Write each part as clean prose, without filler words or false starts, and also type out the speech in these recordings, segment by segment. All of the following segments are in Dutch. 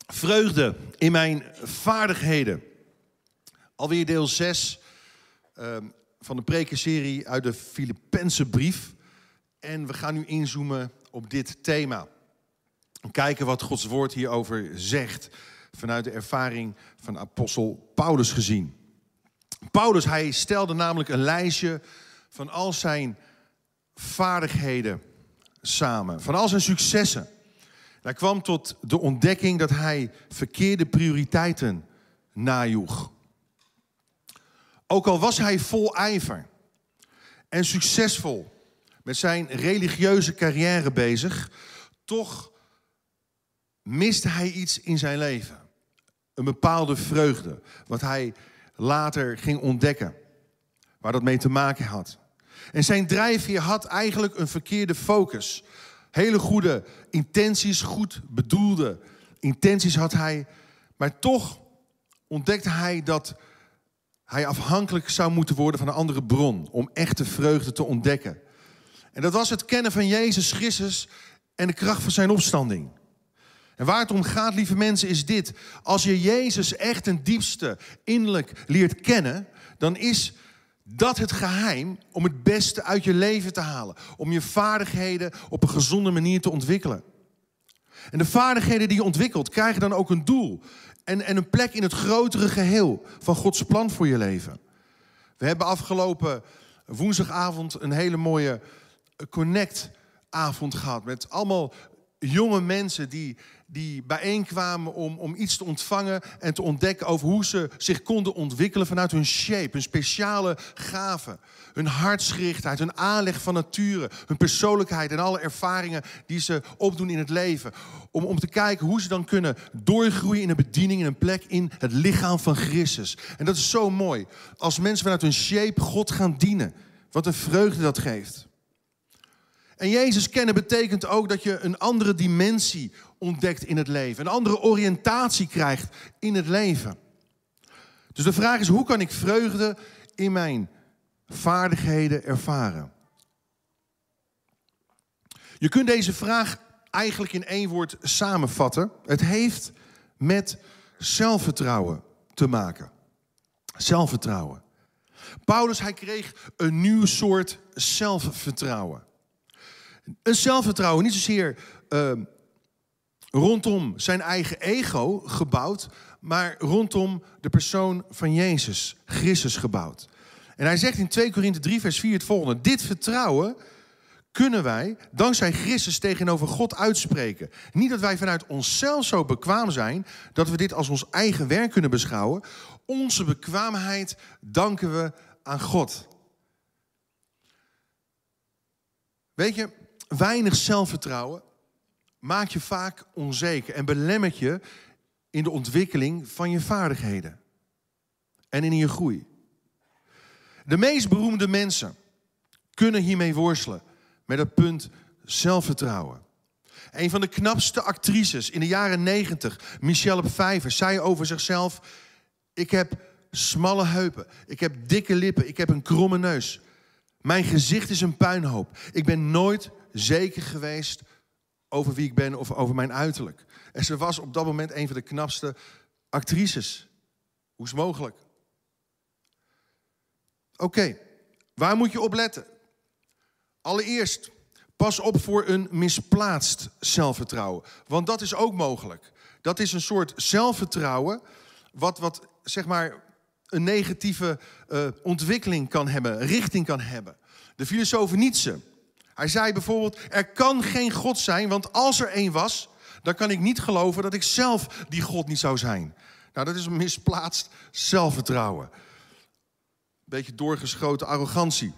Vreugde in mijn vaardigheden. Alweer deel 6 van de prekenserie uit de Filippense brief. En we gaan nu inzoomen op dit thema. En kijken wat Gods woord hierover zegt. Vanuit de ervaring van apostel Paulus gezien. Paulus, hij stelde namelijk een lijstje van al zijn vaardigheden samen. Van al zijn successen. Hij kwam tot de ontdekking dat hij verkeerde prioriteiten najoeg. Ook al was hij vol ijver en succesvol met zijn religieuze carrière bezig, toch miste hij iets in zijn leven. Een bepaalde vreugde, wat hij later ging ontdekken, waar dat mee te maken had. En zijn drijfveer had eigenlijk een verkeerde focus. Hele goede intenties, goed bedoelde intenties had hij. Maar toch ontdekte hij dat hij afhankelijk zou moeten worden van een andere bron. Om echte vreugde te ontdekken. En dat was het kennen van Jezus Christus en de kracht van zijn opstanding. En waar het om gaat, lieve mensen, is dit. Als je Jezus echt ten diepste innerlijk leert kennen, dan is dat het geheim om het beste uit je leven te halen. Om je vaardigheden op een gezonde manier te ontwikkelen. En de vaardigheden die je ontwikkelt, krijgen dan ook een doel. En een plek in het grotere geheel van Gods plan voor je leven. We hebben afgelopen woensdagavond een hele mooie connect-avond gehad. Met allemaal jonge mensen die bijeenkwamen om iets te ontvangen en te ontdekken over hoe ze zich konden ontwikkelen vanuit hun shape, hun speciale gaven, hun hartsgerichtheid, hun aanleg van nature, hun persoonlijkheid en alle ervaringen die ze opdoen in het leven. Om te kijken hoe ze dan kunnen doorgroeien in een bediening, in een plek in het lichaam van Christus. En dat is zo mooi. Als mensen vanuit hun shape God gaan dienen. Wat een vreugde dat geeft. En Jezus kennen betekent ook dat je een andere dimensie ontdekt in het leven. Een andere oriëntatie krijgt in het leven. Dus de vraag is, hoe kan ik vreugde in mijn vaardigheden ervaren? Je kunt deze vraag eigenlijk in één woord samenvatten. Het heeft met zelfvertrouwen te maken. Zelfvertrouwen. Paulus, hij kreeg een nieuw soort zelfvertrouwen. Een zelfvertrouwen, niet zozeer rondom zijn eigen ego gebouwd, maar rondom de persoon van Jezus, Christus gebouwd. En hij zegt in 2 Korinthe 3 vers 4 het volgende. Dit vertrouwen kunnen wij dankzij Christus tegenover God uitspreken. Niet dat wij vanuit onszelf zo bekwaam zijn dat we dit als ons eigen werk kunnen beschouwen. Onze bekwaamheid danken we aan God. Weet je, weinig zelfvertrouwen maakt je vaak onzeker en belemmert je in de ontwikkeling van je vaardigheden en in je groei. De meest beroemde mensen kunnen hiermee worstelen met het punt zelfvertrouwen. Een van de knapste actrices in de jaren 90, Michelle Pfeiffer, zei over zichzelf: ik heb smalle heupen, ik heb dikke lippen, ik heb een kromme neus. Mijn gezicht is een puinhoop. Ik ben nooit zeker geweest over wie ik ben of over mijn uiterlijk. En ze was op dat moment een van de knapste actrices. Hoe is het mogelijk? Oké, waar moet je op letten? Allereerst, pas op voor een misplaatst zelfvertrouwen. Want dat is ook mogelijk. Dat is een soort zelfvertrouwen wat zeg maar een negatieve ontwikkeling kan hebben, richting kan hebben. De filosoof Nietzsche, hij zei bijvoorbeeld: er kan geen God zijn, want als er één was, dan kan ik niet geloven dat ik zelf die God niet zou zijn. Nou, dat is een misplaatst zelfvertrouwen. Beetje doorgeschoten arrogantie.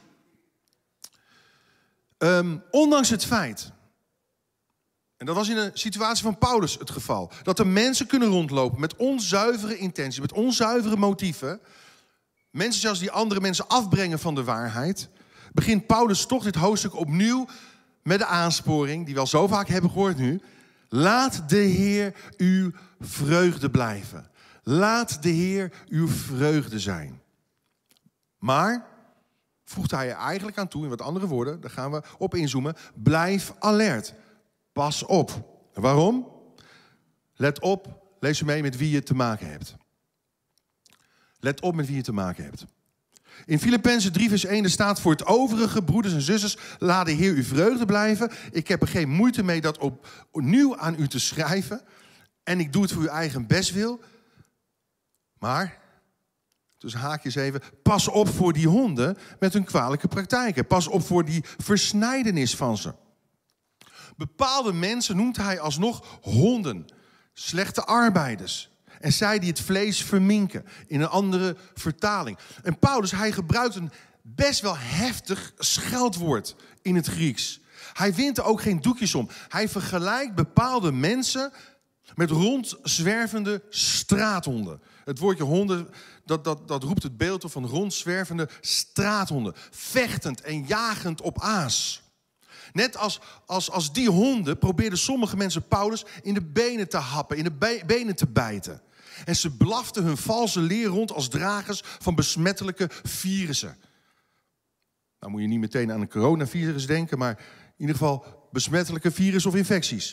Ondanks het feit, en dat was in de situatie van Paulus het geval, dat er mensen kunnen rondlopen met onzuivere intenties, met onzuivere motieven, mensen zelfs die andere mensen afbrengen van de waarheid, begint Paulus toch dit hoofdstuk opnieuw met de aansporing, die we al zo vaak hebben gehoord nu: laat de Heer uw vreugde blijven. Laat de Heer uw vreugde zijn. Maar, voegt hij er eigenlijk aan toe, in wat andere woorden, daar gaan we op inzoomen: blijf alert. Pas op. Waarom? Let op, lees mee met wie je te maken hebt. Let op met wie je te maken hebt. In Filippenzen 3 vers 1 er staat: voor het overige, broeders en zusters, laat de Heer uw vreugde blijven. Ik heb er geen moeite mee dat opnieuw aan u te schrijven. En ik doe het voor uw eigen bestwil. Maar, tussen haakjes even, pas op voor die honden met hun kwalijke praktijken. Pas op voor die versnijdenis van ze. Bepaalde mensen noemt hij alsnog honden, slechte arbeiders. En zij die het vlees verminken, in een andere vertaling. En Paulus, hij gebruikt een best wel heftig scheldwoord in het Grieks. Hij wint er ook geen doekjes om. Hij vergelijkt bepaalde mensen met rondzwervende straathonden. Het woordje honden, dat roept het beeld op van rondzwervende straathonden. Vechtend en jagend op aas. Net als die honden probeerden sommige mensen Paulus in de benen te happen, in de benen te bijten. En ze blaften hun valse leer rond als dragers van besmettelijke virussen. Nou moet je niet meteen aan een coronavirus denken, maar in ieder geval besmettelijke virus of infecties.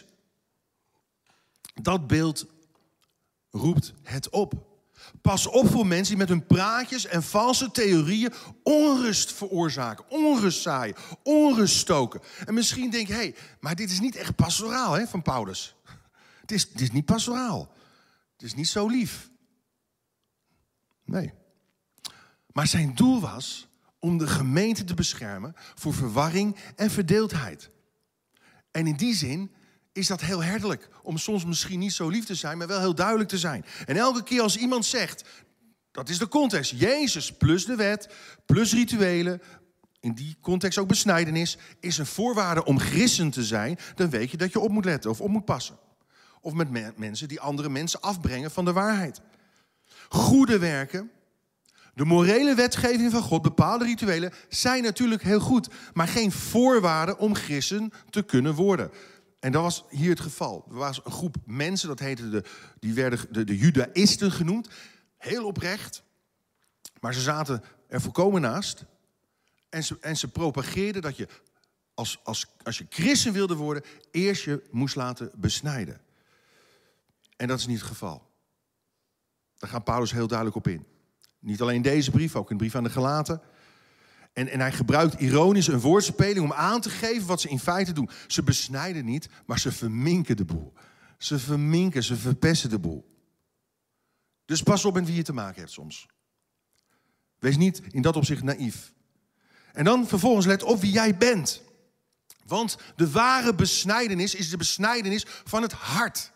Dat beeld roept het op. Pas op voor mensen die met hun praatjes en valse theorieën onrust veroorzaken, onrust zaaien, onrust stoken. En misschien denk je, hé, maar dit is niet echt pastoraal hè, van Paulus. Het is niet pastoraal. Het is niet zo lief. Nee. Maar zijn doel was om de gemeente te beschermen voor verwarring en verdeeldheid. En in die zin is dat heel herderlijk. Om soms misschien niet zo lief te zijn, maar wel heel duidelijk te zijn. En elke keer als iemand zegt, dat is de context, Jezus plus de wet, plus rituelen, in die context ook besnijdenis, is een voorwaarde om christen te zijn, dan weet je dat je op moet letten of op moet passen. Of met mensen die andere mensen afbrengen van de waarheid. Goede werken, de morele wetgeving van God, bepaalde rituelen, zijn natuurlijk heel goed, maar geen voorwaarde om christen te kunnen worden. En dat was hier het geval. Er was een groep mensen, dat heette die werden de Judaïsten genoemd. Heel oprecht. Maar ze zaten er volkomen naast. En ze propageerden dat je, als je christen wilde worden, eerst je moest laten besnijden. En dat is niet het geval. Daar gaat Paulus heel duidelijk op in. Niet alleen in deze brief, ook in de brief aan de Galaten. En hij gebruikt ironisch een woordspeling om aan te geven wat ze in feite doen. Ze besnijden niet, maar ze verminken de boel. Ze verminken, ze verpesten de boel. Dus pas op met wie je te maken hebt soms. Wees niet in dat opzicht naïef. En dan vervolgens let op wie jij bent. Want de ware besnijdenis is de besnijdenis van het hart.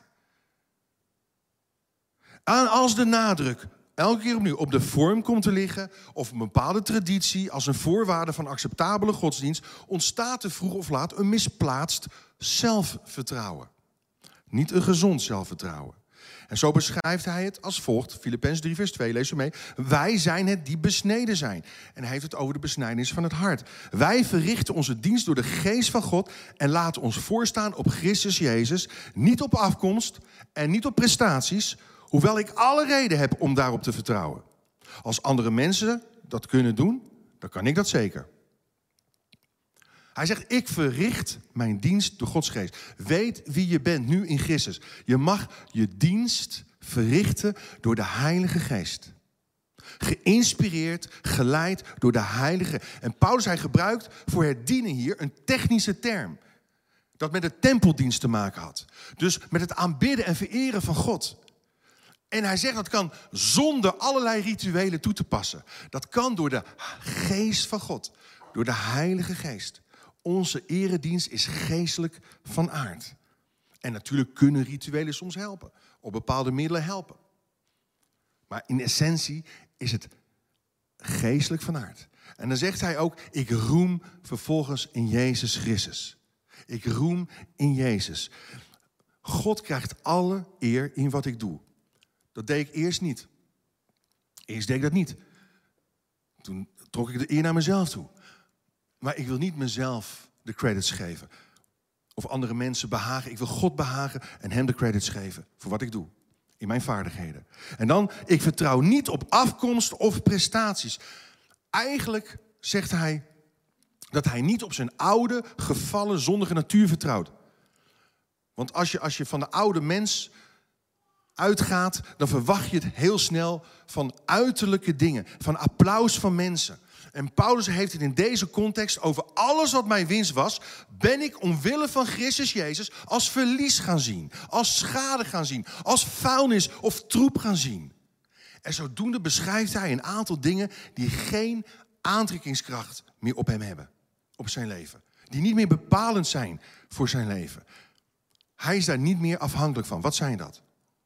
Als de nadruk elke keer opnieuw op de vorm komt te liggen, of een bepaalde traditie als een voorwaarde van acceptabele godsdienst, ontstaat er vroeg of laat een misplaatst zelfvertrouwen. Niet een gezond zelfvertrouwen. En zo beschrijft hij het als volgt. Filippenzen 3 vers 2, lees je mee. Wij zijn het die besneden zijn. En hij heeft het over de besnijdenis van het hart. Wij verrichten onze dienst door de geest van God en laten ons voorstaan op Christus Jezus. Niet op afkomst en niet op prestaties, hoewel ik alle reden heb om daarop te vertrouwen. Als andere mensen dat kunnen doen, dan kan ik dat zeker. Hij zegt, ik verricht mijn dienst door Gods geest. Weet wie je bent nu in Christus. Je mag je dienst verrichten door de Heilige Geest. Geïnspireerd, geleid door de Heilige. En Paulus, hij gebruikt voor het dienen hier een technische term. Dat met de tempeldienst te maken had. Dus met het aanbidden en vereren van God. En hij zegt dat kan zonder allerlei rituelen toe te passen. Dat kan door de geest van God. Door de Heilige Geest. Onze eredienst is geestelijk van aard. En natuurlijk kunnen rituelen soms helpen. Op bepaalde middelen helpen. Maar in essentie is het geestelijk van aard. En dan zegt hij ook, ik roem vervolgens in Jezus Christus. Ik roem in Jezus. God krijgt alle eer in wat ik doe. Dat deed ik eerst niet. Eerst deed ik dat niet. Toen trok ik de eer naar mezelf toe. Maar ik wil niet mezelf de credits geven. Of andere mensen behagen. Ik wil God behagen en hem de credits geven voor wat ik doe. In mijn vaardigheden. En dan, ik vertrouw niet op afkomst of prestaties. Eigenlijk zegt hij dat hij niet op zijn oude, gevallen, zondige natuur vertrouwt. Want als je van de oude mens uitgaat, dan verwacht je het heel snel van uiterlijke dingen. Van applaus van mensen. En Paulus heeft het in deze context over alles wat mijn winst was, ben ik omwille van Christus Jezus als verlies gaan zien. Als schade gaan zien. Als vuilnis of troep gaan zien. En zodoende beschrijft hij een aantal dingen die geen aantrekkingskracht meer op hem hebben. Op zijn leven. Die niet meer bepalend zijn voor zijn leven. Hij is daar niet meer afhankelijk van. Wat zijn dat?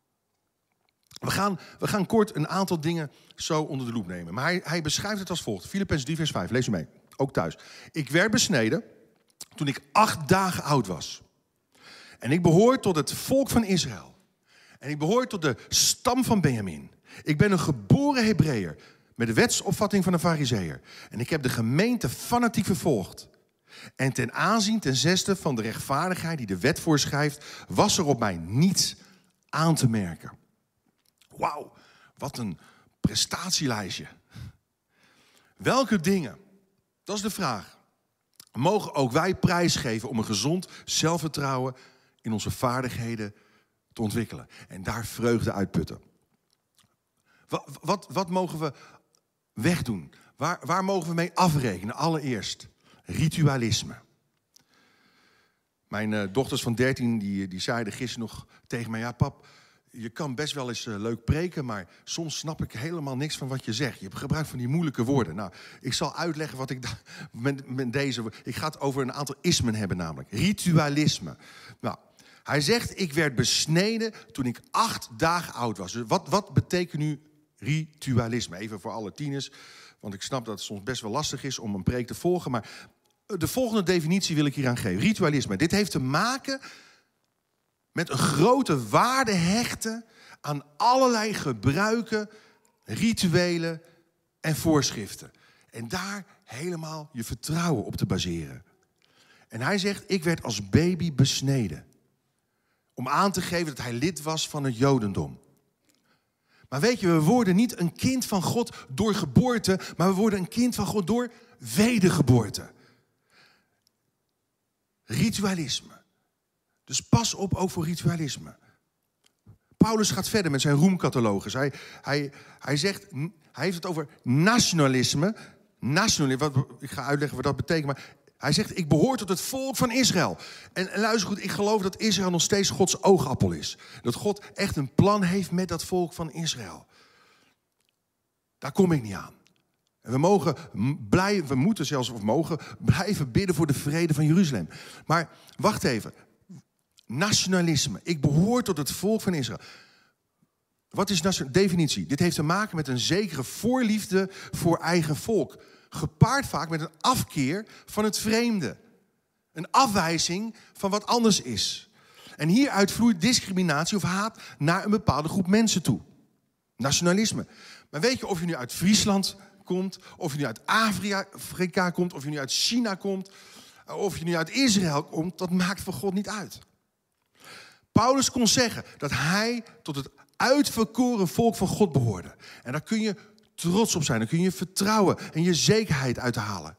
We gaan kort een aantal dingen zo onder de loep nemen. Maar hij beschrijft het als volgt. Filippenzen 3 vers 5, lees u mee. Ook thuis. Ik werd besneden toen ik 8 dagen oud was. En ik behoor tot het volk van Israël. En ik behoor tot de stam van Benjamin. Ik ben een geboren Hebreeër met de wetsopvatting van een Farizeeër. En ik heb de gemeente fanatiek vervolgd. En ten aanzien ten zesde van de rechtvaardigheid die de wet voorschrijft, was er op mij niets aan te merken. Wauw, wat een prestatielijstje. Welke dingen, dat is de vraag, mogen ook wij prijsgeven om een gezond zelfvertrouwen in onze vaardigheden te ontwikkelen. En daar vreugde uitputten. Wat mogen we wegdoen? Waar mogen we mee afrekenen? Allereerst, ritualisme. Mijn dochters van 13 die zeiden gisteren nog tegen mij, ja pap, je kan best wel eens leuk preken, maar soms snap ik helemaal niks van wat je zegt. Je gebruikt van die moeilijke woorden. Nou, ik zal uitleggen wat ik met deze... Ik ga het over een aantal ismen hebben namelijk. Ritualisme. Nou, hij zegt, ik werd besneden toen ik 8 dagen oud was. Dus wat betekent nu ritualisme? Even voor alle tieners, want ik snap dat het soms best wel lastig is om een preek te volgen. Maar de volgende definitie wil ik hier aan geven. Ritualisme. Dit heeft te maken met een grote waarde hechten aan allerlei gebruiken, rituelen en voorschriften. En daar helemaal je vertrouwen op te baseren. En hij zegt, ik werd als baby besneden. Om aan te geven dat hij lid was van het Jodendom. Maar weet je, we worden niet een kind van God door geboorte, maar we worden een kind van God door wedergeboorte. Ritualisme. Dus pas op ook voor ritualisme. Paulus gaat verder met zijn roemcatalogus. Hij zegt, hij heeft het over nationalisme. Ik ga uitleggen wat dat betekent. Maar hij zegt, ik behoor tot het volk van Israël. En luister goed, ik geloof dat Israël nog steeds Gods oogappel is. Dat God echt een plan heeft met dat volk van Israël. Daar kom ik niet aan. En we mogen blijven bidden voor de vrede van Jeruzalem. Maar wacht even. Nationalisme. Ik behoor tot het volk van Israël. Wat is definitie? Dit heeft te maken met een zekere voorliefde voor eigen volk. Gepaard vaak met een afkeer van het vreemde. Een afwijzing van wat anders is. En hieruit vloeit discriminatie of haat naar een bepaalde groep mensen toe. Nationalisme. Maar weet je, of je nu uit Friesland komt, of je nu uit Afrika komt, of je nu uit China komt, of je nu uit Israël komt, dat maakt voor God niet uit. Paulus kon zeggen dat hij tot het uitverkoren volk van God behoorde. En daar kun je trots op zijn. Daar kun je vertrouwen en je zekerheid uithalen.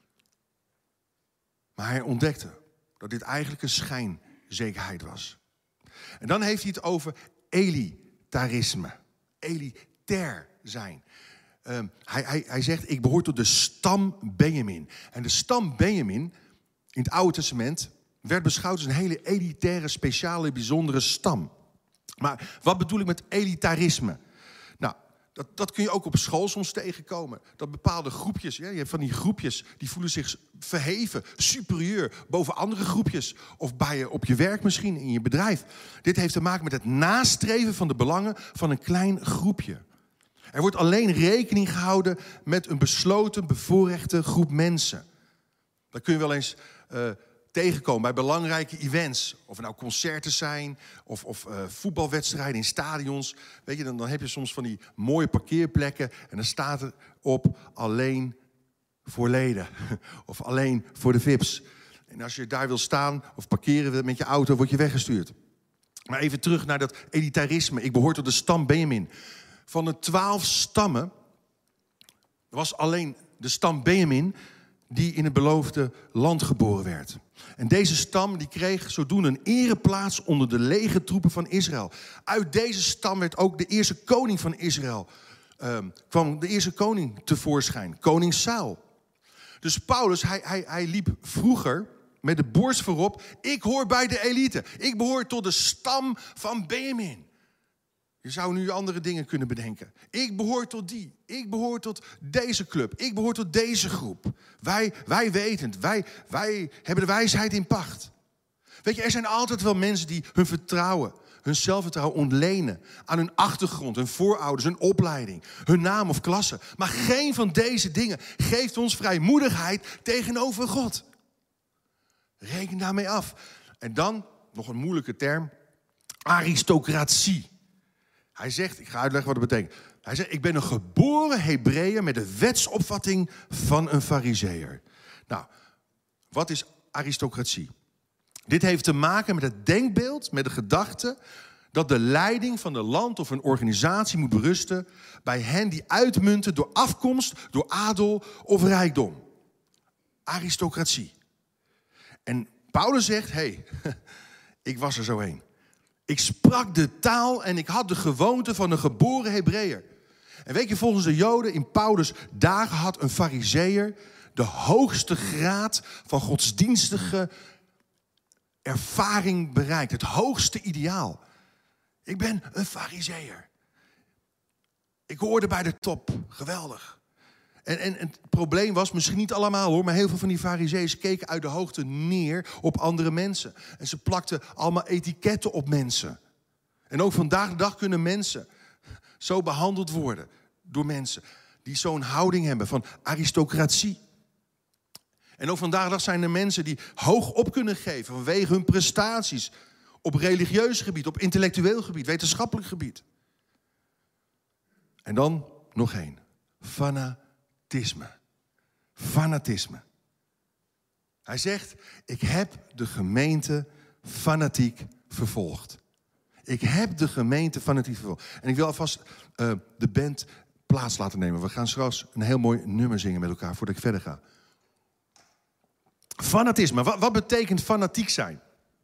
Maar hij ontdekte dat dit eigenlijk een schijnzekerheid was. En dan heeft hij het over elitarisme. Elitair zijn. Hij zegt, ik behoor tot de stam Benjamin. En de stam Benjamin in het Oude Testament werd beschouwd als een hele elitaire, speciale, bijzondere stam. Maar wat bedoel ik met elitarisme? Nou, dat kun je ook op school soms tegenkomen. Dat bepaalde groepjes, je hebt van die groepjes, die voelen zich verheven, superieur boven andere groepjes. Of op je werk misschien, in je bedrijf. Dit heeft te maken met het nastreven van de belangen van een klein groepje. Er wordt alleen rekening gehouden met een besloten, bevoorrechte groep mensen. Dat kun je wel eens tegenkomen bij belangrijke events. Of het nou concerten zijn of voetbalwedstrijden in stadions. Weet je, dan heb je soms van die mooie parkeerplekken. En dan staat er op alleen voor leden. Of alleen voor de VIP's. En als je daar wil staan of parkeren met je auto, word je weggestuurd. Maar even terug naar dat elitarisme. Ik behoor tot de stam Benjamin. Van de 12 stammen was alleen de stam Benjamin die in het beloofde land geboren werd. En deze stam die kreeg zodoende een ereplaats onder de legertroepen van Israël. Uit deze stam werd ook de eerste koning van Israël, kwam de eerste koning tevoorschijn, koning Saul. Dus Paulus, hij liep vroeger met de borst voorop. Ik hoor bij de elite. Ik behoor tot de stam van Benjamin. Je zou nu andere dingen kunnen bedenken. Ik behoor tot die. Ik behoor tot deze club. Ik behoor tot deze groep. Wij wetend. Wij hebben de wijsheid in pacht. Weet je, er zijn altijd wel mensen die hun vertrouwen, hun zelfvertrouwen ontlenen aan hun achtergrond, hun voorouders, hun opleiding, hun naam of klasse. Maar geen van deze dingen geeft ons vrijmoedigheid tegenover God. Reken daarmee af. En dan, nog een moeilijke term, aristocratie. Hij zegt, ik ga uitleggen wat het betekent. Hij zegt, ik ben een geboren Hebreeër met de wetsopvatting van een Farizeeër. Nou, wat is aristocratie? Dit heeft te maken met het denkbeeld, met de gedachte dat de leiding van een land of een organisatie moet berusten bij hen die uitmunten door afkomst, door adel of rijkdom. Aristocratie. En Paulus zegt, hey, ik was er zo een. Ik sprak de taal en ik had de gewoonte van een geboren Hebreeër. En weet je, volgens de Joden in Paulus' dagen had een Farizeeër de hoogste graad van godsdienstige ervaring bereikt. Het hoogste ideaal. Ik ben een Farizeeër. Ik hoorde bij de top. Geweldig. En het probleem was, misschien niet allemaal hoor, maar heel veel van die Farizeeërs keken uit de hoogte neer op andere mensen. En ze plakten allemaal etiketten op mensen. En ook vandaag de dag kunnen mensen zo behandeld worden door mensen die zo'n houding hebben van aristocratie. En ook vandaag de dag zijn er mensen die hoog op kunnen geven vanwege hun prestaties. Op religieus gebied, op intellectueel gebied, wetenschappelijk gebied. En dan nog één. Fanatisme. Hij zegt, ik heb de gemeente fanatiek vervolgd. Ik heb de gemeente fanatiek vervolgd. En ik wil alvast de band plaats laten nemen. We gaan straks een heel mooi nummer zingen met elkaar voordat ik verder ga. Fanatisme, wat betekent fanatiek zijn?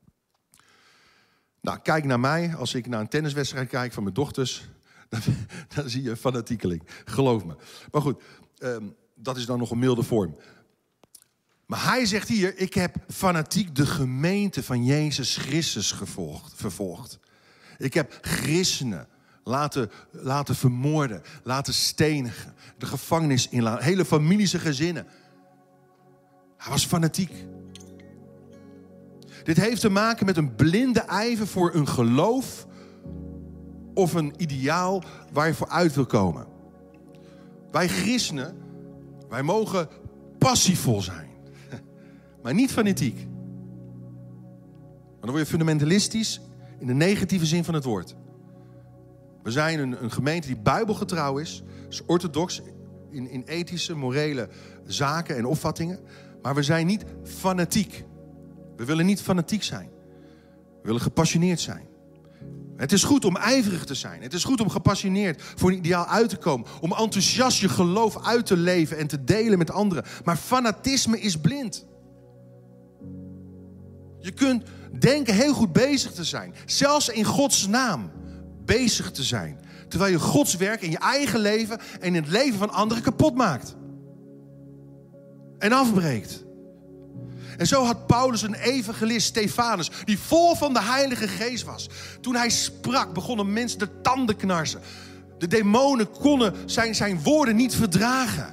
Nou, kijk naar mij. Als ik naar een tenniswedstrijd kijk van mijn dochters, dan zie je een fanatiekeling. Geloof me. Maar goed, dat is dan nog een milde vorm. Maar hij zegt hier, ik heb fanatiek de gemeente van Jezus Christus vervolgd. Ik heb christenen laten vermoorden, laten stenigen, de gevangenis inlaten, hele families en gezinnen. Hij was fanatiek. Dit heeft te maken met een blinde ijver voor een geloof of een ideaal waar je voor uit wil komen. Wij christenen, wij mogen passievol zijn, maar niet fanatiek. Maar dan word je fundamentalistisch in de negatieve zin van het woord. We zijn een gemeente die bijbelgetrouw is orthodox in ethische, morele zaken en opvattingen. Maar we zijn niet fanatiek. We willen niet fanatiek zijn. We willen gepassioneerd zijn. Het is goed om ijverig te zijn. Het is goed om gepassioneerd voor een ideaal uit te komen. Om enthousiast je geloof uit te leven en te delen met anderen. Maar fanatisme is blind. Je kunt denken heel goed bezig te zijn. Zelfs in Gods naam bezig te zijn. Terwijl je Gods werk in je eigen leven en in het leven van anderen kapot maakt. En afbreekt. En zo had Paulus een evangelist, Stefanus, die vol van de Heilige Geest was. Toen hij sprak, begonnen mensen de tanden knarsen. De demonen konden zijn woorden niet verdragen.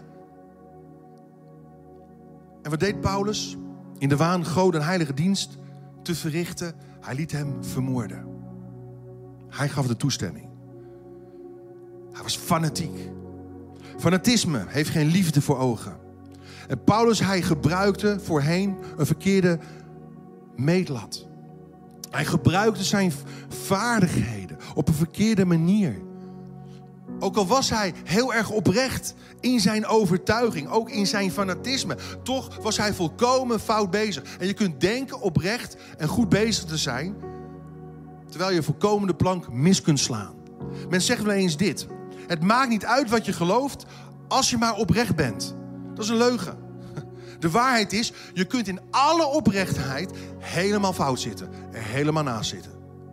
En wat deed Paulus? In de waan God een heilige dienst te verrichten. Hij liet hem vermoorden. Hij gaf de toestemming. Hij was fanatiek. Fanatisme heeft geen liefde voor ogen. En Paulus, hij gebruikte voorheen een verkeerde meetlat. Hij gebruikte zijn vaardigheden op een verkeerde manier. Ook al was hij heel erg oprecht in zijn overtuiging, ook in zijn fanatisme, toch was hij volkomen fout bezig. En je kunt denken oprecht en goed bezig te zijn, terwijl je volkomen de plank mis kunt slaan. Men zegt wel eens dit: het maakt niet uit wat je gelooft, als je maar oprecht bent. Dat is een leugen. De waarheid is, je kunt in alle oprechtheid helemaal fout zitten. Er helemaal naast zitten.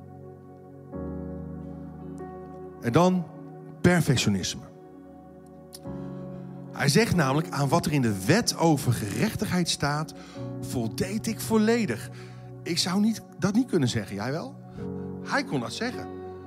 En dan perfectionisme. Hij zegt namelijk, aan wat er in de wet over gerechtigheid staat, voldeed ik volledig. Ik zou dat niet kunnen zeggen, jij wel? Hij kon dat zeggen.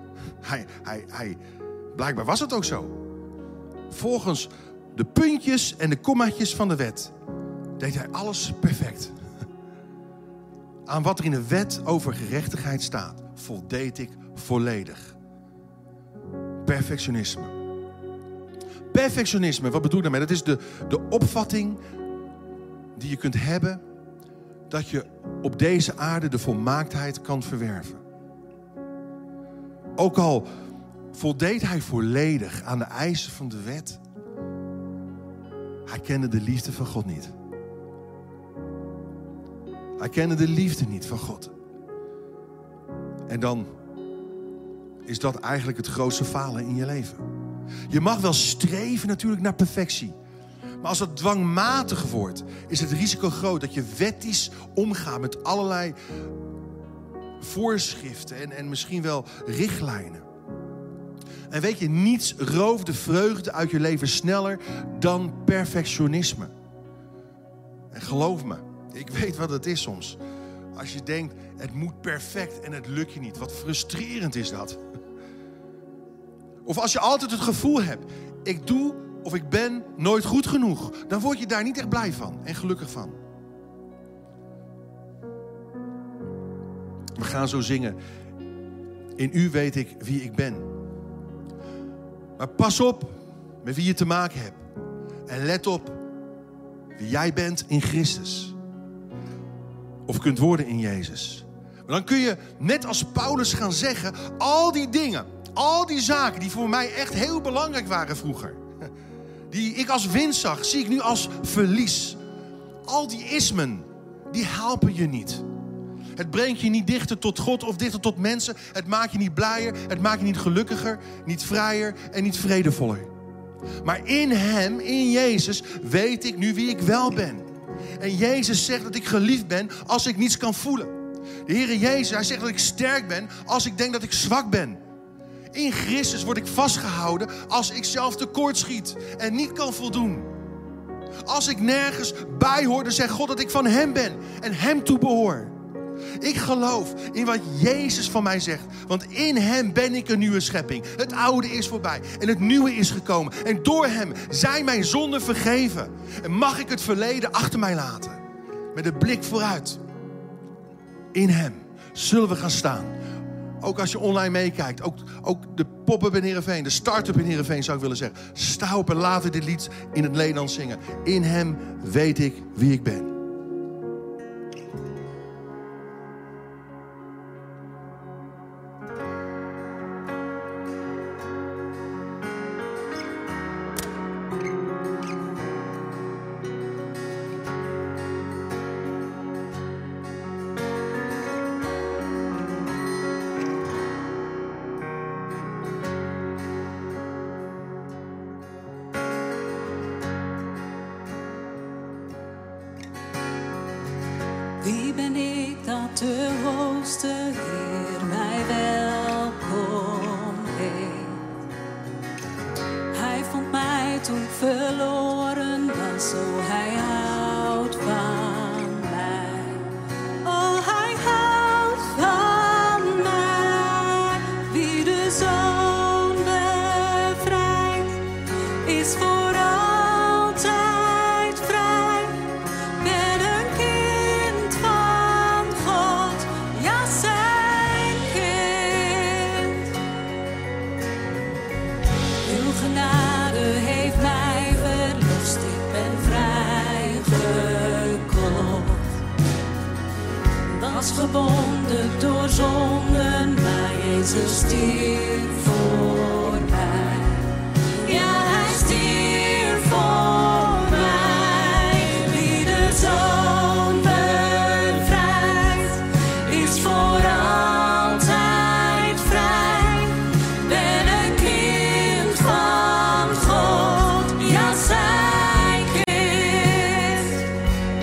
Blijkbaar was het ook zo. Volgens de puntjes en de kommaatjes van de wet deed hij alles perfect. Aan wat er in de wet over gerechtigheid staat, voldeed ik volledig. Perfectionisme. Perfectionisme, wat bedoel ik daarmee? Dat is de opvatting die je kunt hebben dat je op deze aarde de volmaaktheid kan verwerven. Ook al voldeed hij volledig aan de eisen van de wet, hij kende de liefde van God niet. Hij kende de liefde niet van God. En dan is dat eigenlijk het grootste falen in je leven. Je mag wel streven natuurlijk naar perfectie. Maar als dat dwangmatig wordt, is het risico groot dat je wettisch omgaat met allerlei voorschriften en misschien wel richtlijnen. En weet je, niets rooft de vreugde uit je leven sneller dan perfectionisme. En geloof me, ik weet wat het is soms. Als je denkt, het moet perfect en het lukt je niet. Wat frustrerend is dat. Of als je altijd het gevoel hebt, ik doe of ik ben nooit goed genoeg. Dan word je daar niet echt blij van en gelukkig van. We gaan zo zingen. In u weet ik wie ik ben. Maar pas op met wie je te maken hebt. En let op wie jij bent in Christus. Of kunt worden in Jezus. Maar dan kun je net als Paulus gaan zeggen, al die dingen, al die zaken die voor mij echt heel belangrijk waren vroeger. Die ik als winst zag, zie ik nu als verlies. Al die ismen, die helpen je niet. Het brengt je niet dichter tot God of dichter tot mensen. Het maakt je niet blijer, het maakt je niet gelukkiger, niet vrijer en niet vredevoller. Maar in Hem, in Jezus, weet ik nu wie ik wel ben. En Jezus zegt dat ik geliefd ben als ik niets kan voelen. De Heere Jezus, Hij zegt dat ik sterk ben als ik denk dat ik zwak ben. In Christus word ik vastgehouden als ik zelf tekortschiet en niet kan voldoen. Als ik nergens bij hoor, dan zegt God dat ik van Hem ben en Hem toebehoor. Ik geloof in wat Jezus van mij zegt. Want in Hem ben ik een nieuwe schepping. Het oude is voorbij en het nieuwe is gekomen. En door Hem zijn mijn zonden vergeven. En mag ik het verleden achter mij laten. Met een blik vooruit. In Hem zullen we gaan staan. Ook als je online meekijkt. Ook de pop-up in Heerenveen. De start-up in Heerenveen zou ik willen zeggen. Sta op en laten dit lied in het Nederlands zingen. In Hem weet ik wie ik ben. Wie ben ik dat de hoogste Heer mij welkom heet? Hij vond mij toen ik verloren was, zo hij houdt van mij. Oh, hij houdt van mij. Wie de Zoon bevrijdt, is voor altijd vrij. Ben een kind van God, ja, zijn kind. Uw genade heeft mij verlost, ik ben vrijgekocht. Was gebonden door zonden, maar Jezus stierf voor mij. Ja, hij stierf voor mij. Wie de Zoon bevrijdt, is voor altijd vrij. Ben een kind van God, ja, zijn kind.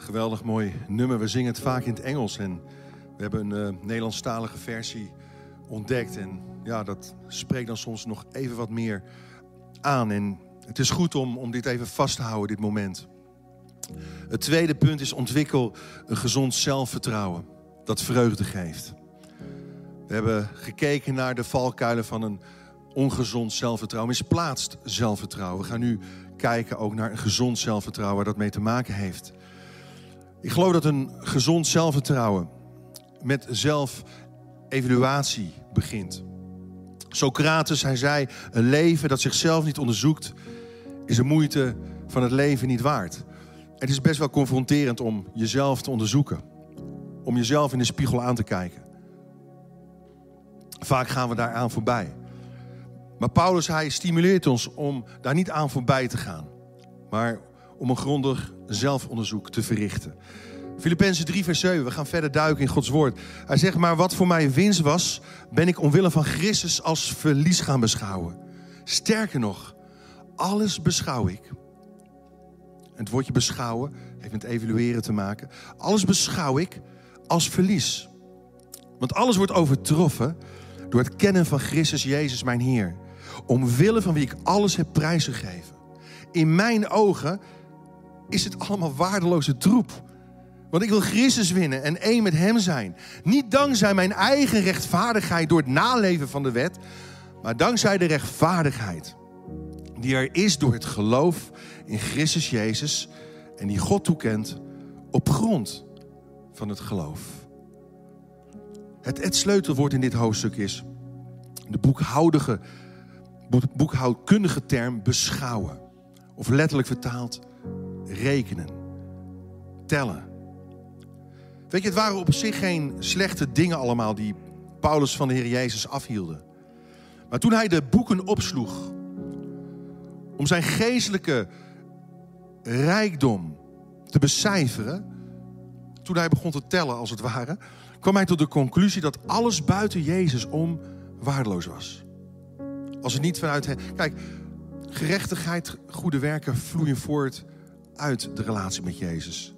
Geweldig mooi nummer. We zingen het vaak in het Engels. En we hebben een Nederlandstalige versie ontdekt. En ja, dat spreekt dan soms nog even wat meer aan. En het is goed om dit even vast te houden, dit moment. Het tweede punt is: ontwikkel een gezond zelfvertrouwen dat vreugde geeft. We hebben gekeken naar de valkuilen van een ongezond zelfvertrouwen. Misplaatst zelfvertrouwen. We gaan nu kijken ook naar een gezond zelfvertrouwen waar dat mee te maken heeft. Ik geloof dat een gezond zelfvertrouwen met zelfevaluatie begint. Socrates, hij zei: een leven dat zichzelf niet onderzoekt is de moeite van het leven niet waard. Het is best wel confronterend om jezelf te onderzoeken. Om jezelf in de spiegel aan te kijken. Vaak gaan we daar aan voorbij. Maar Paulus, hij stimuleert ons om daar niet aan voorbij te gaan. Maar om een grondig zelfonderzoek te verrichten. Filippenzen 3 vers 7, we gaan verder duiken in Gods woord. Hij zegt: maar wat voor mij winst was, ben ik omwille van Christus als verlies gaan beschouwen. Sterker nog, alles beschouw ik. Het woordje beschouwen heeft met evalueren te maken. Alles beschouw ik als verlies. Want alles wordt overtroffen door het kennen van Christus Jezus mijn Heer. Omwille van wie ik alles heb prijsgegeven. In mijn ogen is het allemaal waardeloze troep. Want ik wil Christus winnen en één met hem zijn. Niet dankzij mijn eigen rechtvaardigheid door het naleven van de wet, maar dankzij de rechtvaardigheid die er is door het geloof in Christus Jezus en die God toekent op grond van het geloof. Het sleutelwoord in dit hoofdstuk is de boekhoudkundige term beschouwen. Of letterlijk vertaald rekenen, tellen. Weet je, het waren op zich geen slechte dingen allemaal die Paulus van de Heer Jezus afhielden. Maar toen hij de boeken opsloeg om zijn geestelijke rijkdom te becijferen, toen hij begon te tellen als het ware, kwam hij tot de conclusie dat alles buiten Jezus om waardeloos was. Als het niet vanuit hem... Kijk, gerechtigheid, goede werken vloeien voort uit de relatie met Jezus.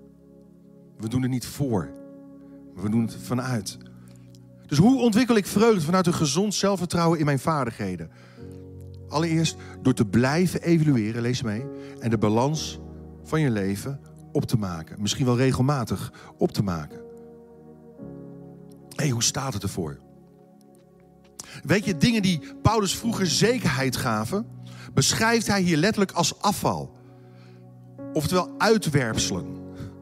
We doen het niet voor, maar we doen het vanuit. Dus hoe ontwikkel ik vreugde vanuit een gezond zelfvertrouwen in mijn vaardigheden? Allereerst door te blijven evalueren, lees mee, en de balans van je leven op te maken. Misschien wel regelmatig op te maken. Hé, hoe staat het ervoor? Weet je, dingen die Paulus vroeger zekerheid gaven, beschrijft hij hier letterlijk als afval. Oftewel uitwerpselen.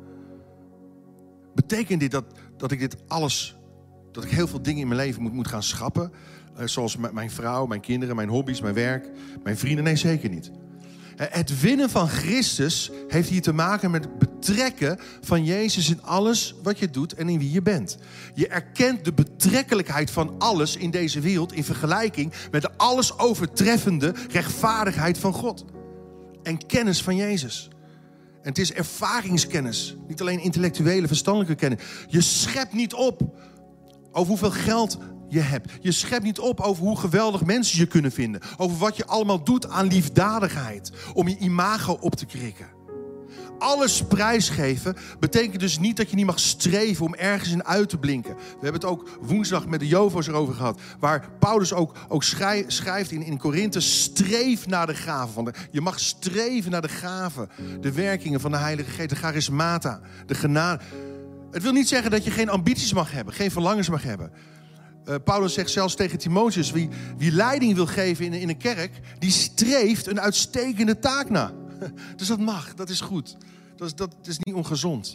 Betekent dit dat ik dit alles, dat ik heel veel dingen in mijn leven moet gaan schrappen? Zoals mijn vrouw, mijn kinderen, mijn hobby's, mijn werk, mijn vrienden? Nee, zeker niet. Het winnen van Christus heeft hier te maken met het betrekken van Jezus in alles wat je doet en in wie je bent. Je erkent de betrekkelijkheid van alles in deze wereld in vergelijking met de alles overtreffende rechtvaardigheid van God. En kennis van Jezus. En het is ervaringskennis, niet alleen intellectuele, verstandelijke kennis. Je schept niet op over hoeveel geld je hebt. Je schept niet op over hoe geweldig mensen je kunnen vinden. Over wat je allemaal doet aan liefdadigheid. Om je imago op te krikken. Alles prijsgeven betekent dus niet dat je niet mag streven om ergens in uit te blinken. We hebben het ook woensdag met de Jovo's erover gehad. Waar Paulus ook schrijft in Korinthe: streef naar de gaven. Je mag streven naar de gaven. De werkingen van de Heilige Geest, de charismata, de genade. Het wil niet zeggen dat je geen ambities mag hebben. Geen verlangens mag hebben. Paulus zegt zelfs tegen Timotheus: wie leiding wil geven in een kerk, die streeft een uitstekende taak na. Dus dat mag, dat is goed. Dat is niet ongezond.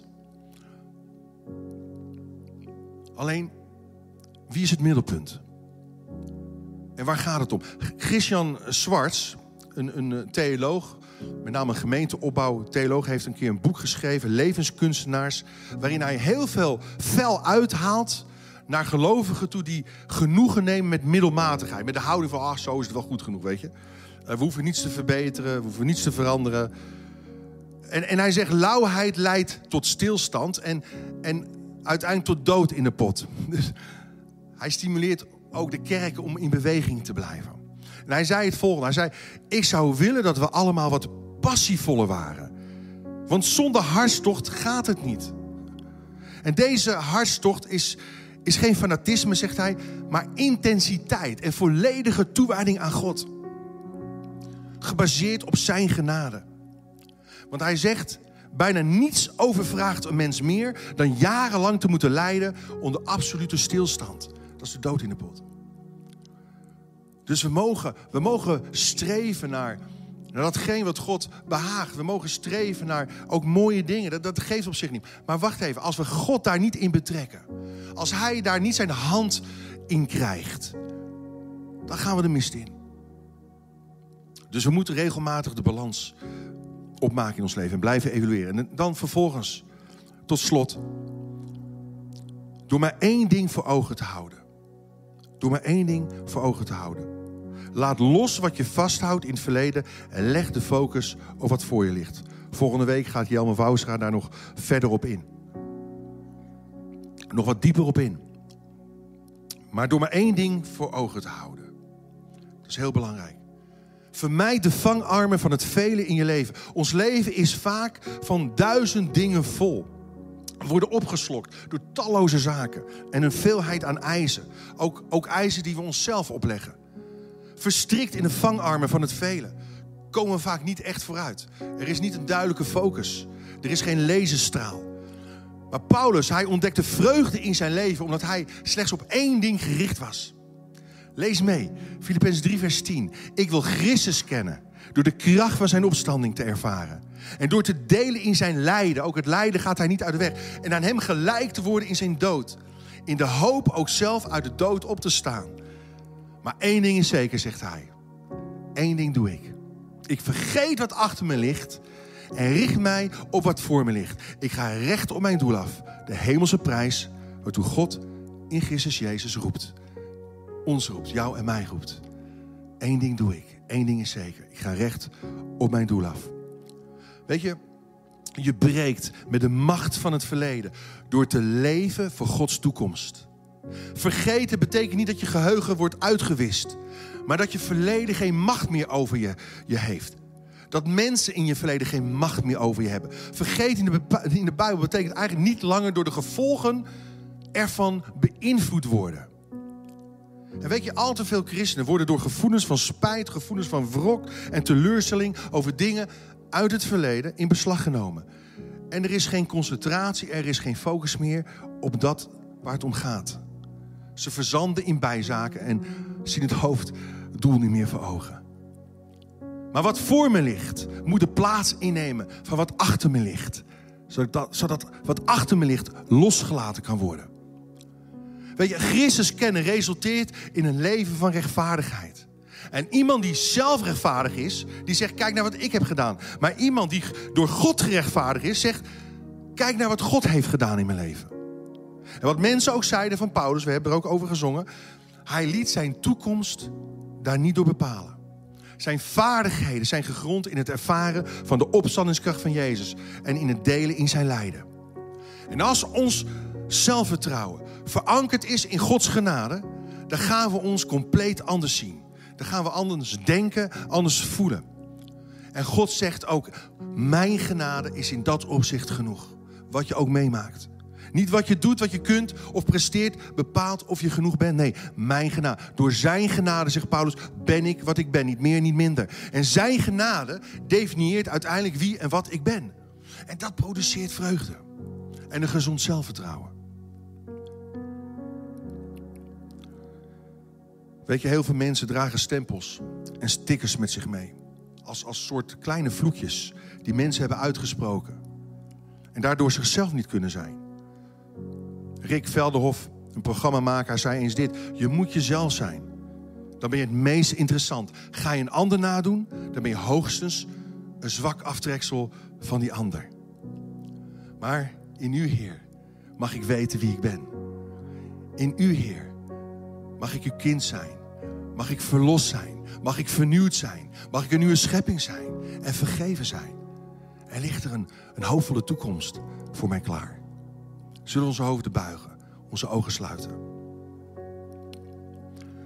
Alleen, wie is het middelpunt? En waar gaat het om? Christian Schwartz, een theoloog, met name een gemeenteopbouwtheoloog, heeft een keer een boek geschreven, Levenskunstenaars, waarin hij heel veel fel uithaalt naar gelovigen toe die genoegen nemen met middelmatigheid. Met de houding van, zo is het wel goed genoeg, weet je. We hoeven niets te verbeteren, we hoeven niets te veranderen. En hij zegt, lauwheid leidt tot stilstand en uiteindelijk tot dood in de pot. Dus hij stimuleert ook de kerken om in beweging te blijven. En hij zei het volgende, hij zei: ik zou willen dat we allemaal wat passievoller waren. Want zonder hartstocht gaat het niet. En deze hartstocht is geen fanatisme, zegt hij, maar intensiteit en volledige toewijding aan God. Gebaseerd op zijn genade. Want hij zegt, bijna niets overvraagt een mens meer dan jarenlang te moeten lijden onder absolute stilstand. Dat is de dood in de pot. Dus we mogen streven naar datgene wat God behaagt. We mogen streven naar ook mooie dingen. Dat geeft op zich niet. Maar wacht even, als we God daar niet in betrekken. Als hij daar niet zijn hand in krijgt. Dan gaan we de mist in. Dus we moeten regelmatig de balans opmaken in ons leven. En blijven evalueren. En dan vervolgens, tot slot. Door maar één ding voor ogen te houden. Door maar één ding voor ogen te houden. Laat los wat je vasthoudt in het verleden en leg de focus op wat voor je ligt. Volgende week gaat Jelme Woustra daar nog verder op in. Nog wat dieper op in. Maar door maar één ding voor ogen te houden. Dat is heel belangrijk. Vermijd de vangarmen van het vele in je leven. Ons leven is vaak van 1000 dingen vol. We worden opgeslokt door talloze zaken en een veelheid aan eisen. Ook eisen die we onszelf opleggen. Verstrikt in de vangarmen van het vele komen we vaak niet echt vooruit. Er is niet een duidelijke focus. Er is geen laserstraal. Maar Paulus, hij ontdekte vreugde in zijn leven omdat hij slechts op één ding gericht was. Lees mee, Filippenzen 3 vers 10. Ik wil Christus kennen door de kracht van zijn opstanding te ervaren. En door te delen in zijn lijden, ook het lijden gaat hij niet uit de weg. En aan hem gelijk te worden in zijn dood. In de hoop ook zelf uit de dood op te staan. Maar één ding is zeker, zegt hij. Eén ding doe ik. Ik vergeet wat achter me ligt en richt mij op wat voor me ligt. Ik ga recht op mijn doel af. De hemelse prijs waartoe God in Christus Jezus roept. Ons roept, jou en mij roept. Eén ding doe ik. Eén ding is zeker. Ik ga recht op mijn doel af. Weet je, je breekt met de macht van het verleden door te leven voor Gods toekomst. Vergeten betekent niet dat je geheugen wordt uitgewist. Maar dat je verleden geen macht meer over je heeft. Dat mensen in je verleden geen macht meer over je hebben. Vergeten in de Bijbel betekent eigenlijk niet langer door de gevolgen ervan beïnvloed worden. En weet je, al te veel christenen worden door gevoelens van spijt, gevoelens van wrok en teleurstelling over dingen uit het verleden in beslag genomen. En er is geen concentratie, er is geen focus meer op dat waar het om gaat. Ze verzanden in bijzaken en zien het hoofddoel niet meer voor ogen. Maar wat voor me ligt, moet de plaats innemen van wat achter me ligt. Zodat wat achter me ligt losgelaten kan worden. Weet je, Christus kennen resulteert in een leven van rechtvaardigheid. En iemand die zelf rechtvaardig is, die zegt, kijk naar wat ik heb gedaan. Maar iemand die door God gerechtvaardigd is, zegt, kijk naar wat God heeft gedaan in mijn leven. En wat mensen ook zeiden van Paulus, we hebben er ook over gezongen. Hij liet zijn toekomst daar niet door bepalen. Zijn vaardigheden zijn gegrond in het ervaren van de opstandingskracht van Jezus. En in het delen in zijn lijden. En als ons zelfvertrouwen verankerd is in Gods genade, dan gaan we ons compleet anders zien. Dan gaan we anders denken, anders voelen. En God zegt ook, mijn genade is in dat opzicht genoeg. Wat je ook meemaakt. Niet wat je doet, wat je kunt of presteert, bepaalt of je genoeg bent. Nee, mijn genade. Door zijn genade, zegt Paulus, ben ik wat ik ben. Niet meer, niet minder. En zijn genade definieert uiteindelijk wie en wat ik ben. En dat produceert vreugde. En een gezond zelfvertrouwen. Weet je, heel veel mensen dragen stempels en stickers met zich mee. Als soort kleine vloekjes die mensen hebben uitgesproken. En daardoor zichzelf niet kunnen zijn. Rick Velderhof, een programmamaker, zei eens dit. Je moet jezelf zijn. Dan ben je het meest interessant. Ga je een ander nadoen, dan ben je hoogstens een zwak aftreksel van die ander. Maar in u, Heer, mag ik weten wie ik ben. In u, Heer, mag ik uw kind zijn. Mag ik verlost zijn. Mag ik vernieuwd zijn. Mag ik een nieuwe schepping zijn. En vergeven zijn. Er ligt er een hoopvolle toekomst voor mij klaar. Zullen we onze hoofden buigen. Onze ogen sluiten.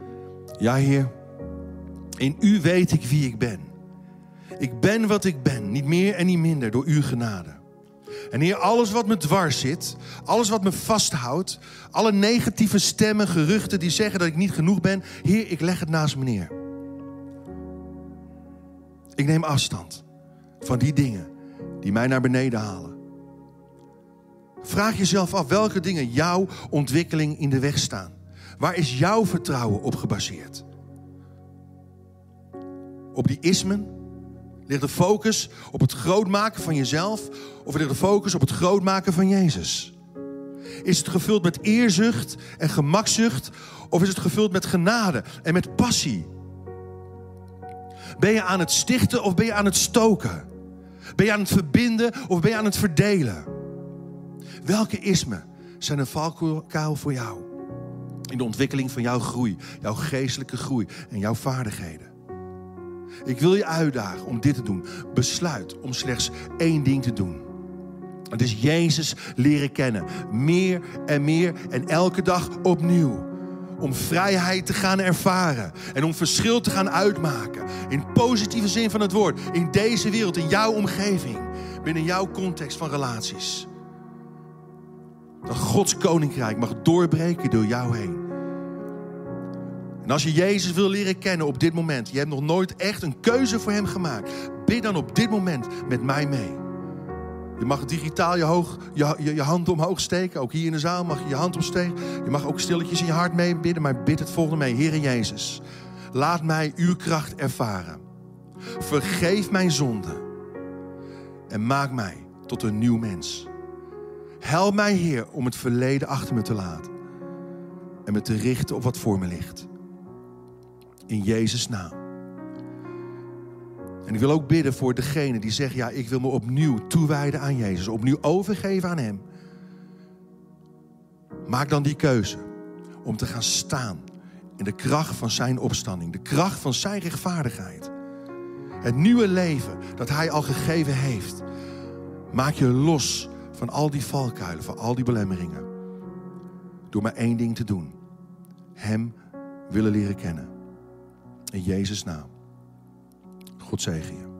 Ja, Heer. In u weet ik wie ik ben. Ik ben wat ik ben. aan, niet meer en niet minder, door uw genade. En Heer, alles wat me dwars zit, alles wat me vasthoudt, alle negatieve stemmen, geruchten die zeggen dat ik niet genoeg ben, Heer, ik leg het naast me neer. Ik neem afstand van die dingen die mij naar beneden halen. Vraag jezelf af welke dingen jouw ontwikkeling in de weg staan. Waar is jouw vertrouwen op gebaseerd? Op die ismen? Ligt de focus op het grootmaken van jezelf? Of ligt de focus op het grootmaken van Jezus? Is het gevuld met eerzucht en gemakzucht? Of is het gevuld met genade en met passie? Ben je aan het stichten of ben je aan het stoken? Ben je aan het verbinden of ben je aan het verdelen? Welke ismen zijn een valkuil voor jou? In de ontwikkeling van jouw groei, jouw geestelijke groei en jouw vaardigheden. Ik wil je uitdagen om dit te doen. Besluit om slechts 1 ding te doen. Het is Jezus leren kennen. Meer en elke dag opnieuw. Om vrijheid te gaan ervaren. En om verschil te gaan uitmaken. In positieve zin van het woord. In deze wereld, in jouw omgeving. Binnen jouw context van relaties. Dat Gods koninkrijk mag doorbreken door jou heen. En als je Jezus wil leren kennen op dit moment. Je hebt nog nooit echt een keuze voor hem gemaakt. Bid dan op dit moment met mij mee. Je mag digitaal je hand omhoog steken. Ook hier in de zaal mag je je hand opsteken. Je mag ook stilletjes in je hart mee bidden. Maar bid het volgende mee. Heere Jezus, laat mij uw kracht ervaren. Vergeef mijn zonden. En maak mij tot een nieuw mens. Help mij, Heer, om het verleden achter me te laten. En me te richten op wat voor me ligt. In Jezus' naam. En ik wil ook bidden voor degene die zeggen, ja, ik wil me opnieuw toewijden aan Jezus. Opnieuw overgeven aan hem. Maak dan die keuze om te gaan staan in de kracht van zijn opstanding. De kracht van zijn rechtvaardigheid. Het nieuwe leven dat hij al gegeven heeft. Maak je los van al die valkuilen, van al die belemmeringen. Door maar 1 ding te doen. Hem willen leren kennen. In Jezus' naam. God zegen je.